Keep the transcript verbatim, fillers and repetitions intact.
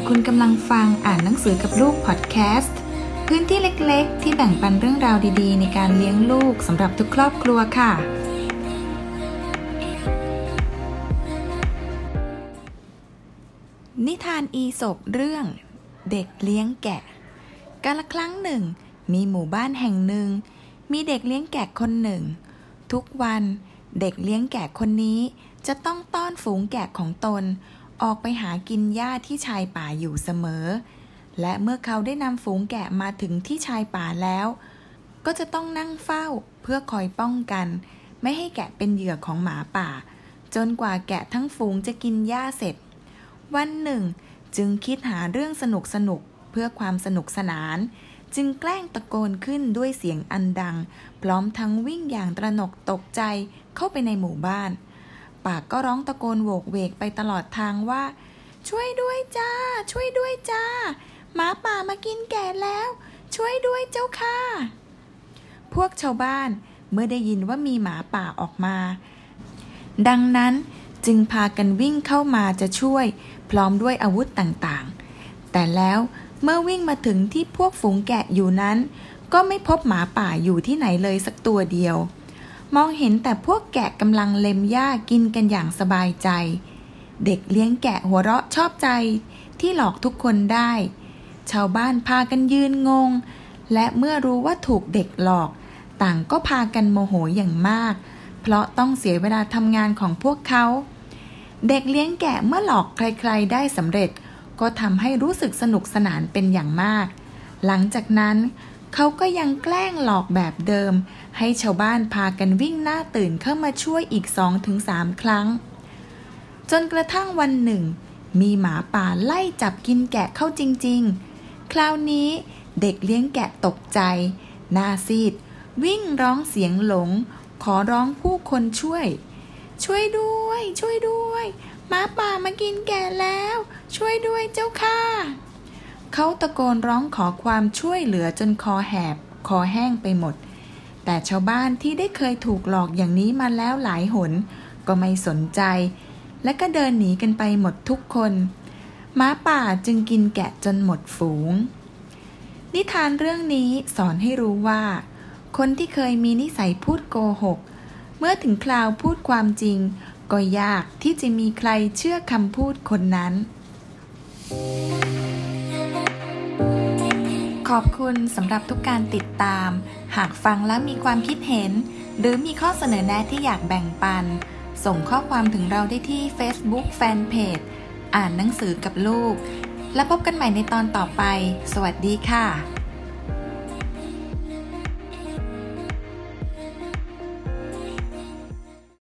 คุณกำลังฟังอ่านหนังสือกับลูกพอดแคสต์พื้นที่เล็กๆที่แบ่งปันเรื่องราวดีๆในการเลี้ยงลูกสำหรับทุกครอบครัวค่ะนิทานอีสปเรื่องเด็กเลี้ยงแกะกาลครั้งหนึ่งมีหมู่บ้านแห่งหนึ่งมีเด็กเลี้ยงแกะคนหนึ่งทุกวันเด็กเลี้ยงแกะคนนี้จะต้องต้อนฝูงแกะของตนออกไปหากินหญ้าที่ชายป่าอยู่เสมอและเมื่อเขาได้นำฝูงแกะมาถึงที่ชายป่าแล้วก็จะต้องนั่งเฝ้าเพื่อคอยป้องกันไม่ให้แกะเป็นเหยื่อของหมาป่าจนกว่าแกะทั้งฝูงจะกินหญ้าเสร็จวันหนึ่งจึงคิดหาเรื่องสนุกสนุกเพื่อความสนุกสนานจึงแกล้งตะโกนขึ้นด้วยเสียงอันดังพร้อมทั้งวิ่งอย่างตระหนกตกใจเข้าไปในหมู่บ้านปากก็ร้องตะโกนโวกเวกไปตลอดทางว่าช่วยด้วยจ้าช่วยด้วยจ้าหมาป่ามากินแกะแล้วช่วยด้วยเจ้าค่ะพวกชาวบ้านเมื่อได้ยินว่ามีหมาป่าออกมาดังนั้นจึงพากันวิ่งเข้ามาจะช่วยพร้อมด้วยอาวุธต่างๆแต่แล้วเมื่อวิ่งมาถึงที่พวกฝูงแกะอยู่นั้นก็ไม่พบหมาป่าอยู่ที่ไหนเลยสักตัวเดียวมองเห็นแต่พวกแกะกำลังเล็มหญ้ากินกันอย่างสบายใจเด็กเลี้ยงแกะหัวเราะชอบใจที่หลอกทุกคนได้ชาวบ้านพากันยืนงงและเมื่อรู้ว่าถูกเด็กหลอกต่างก็พากันโมโหอย่างมากเพราะต้องเสียเวลาทำงานของพวกเขาเด็กเลี้ยงแกะเมื่อหลอกใครๆได้สำเร็จก็ทำให้รู้สึกสนุกสนานเป็นอย่างมากหลังจากนั้นเขาก็ยังแกล้งหลอกแบบเดิมให้ชาวบ้านพากันวิ่งหน้าตื่นเข้ามาช่วยอีก สองถึงสาม ครั้งจนกระทั่งวันหนึ่งมีหมาป่าไล่จับกินแกะเข้าจริงๆคราวนี้เด็กเลี้ยงแกะตกใจหน้าซีดวิ่งร้องเสียงหลงขอร้องผู้คนช่วยช่วยด้วยช่วยด้วยหมาป่ามากินแกะแล้วช่วยด้วยเจ้าค่ะเขาตะโกนร้องขอความช่วยเหลือจนคอแหบคอแห้งไปหมดแต่ชาวบ้านที่ได้เคยถูกหลอกอย่างนี้มาแล้วหลายหนก็ไม่สนใจและก็เดินหนีกันไปหมดทุกคนหมาป่าจึงกินแกะจนหมดฝูงนิทานเรื่องนี้สอนให้รู้ว่าคนที่เคยมีนิสัยพูดโกหกเมื่อถึงคราวพูดความจริงก็ยากที่จะมีใครเชื่อคำพูดคนนั้นขอบคุณสำหรับทุกการติดตามหากฟังแล้วมีความคิดเห็นหรือมีข้อเสนอแนะที่อยากแบ่งปันส่งข้อความถึงเราได้ที่ Facebook Fanpage อ่านหนังสือกับลูกและพบกันใหม่ในตอนต่อไปสวัสดีค่ะ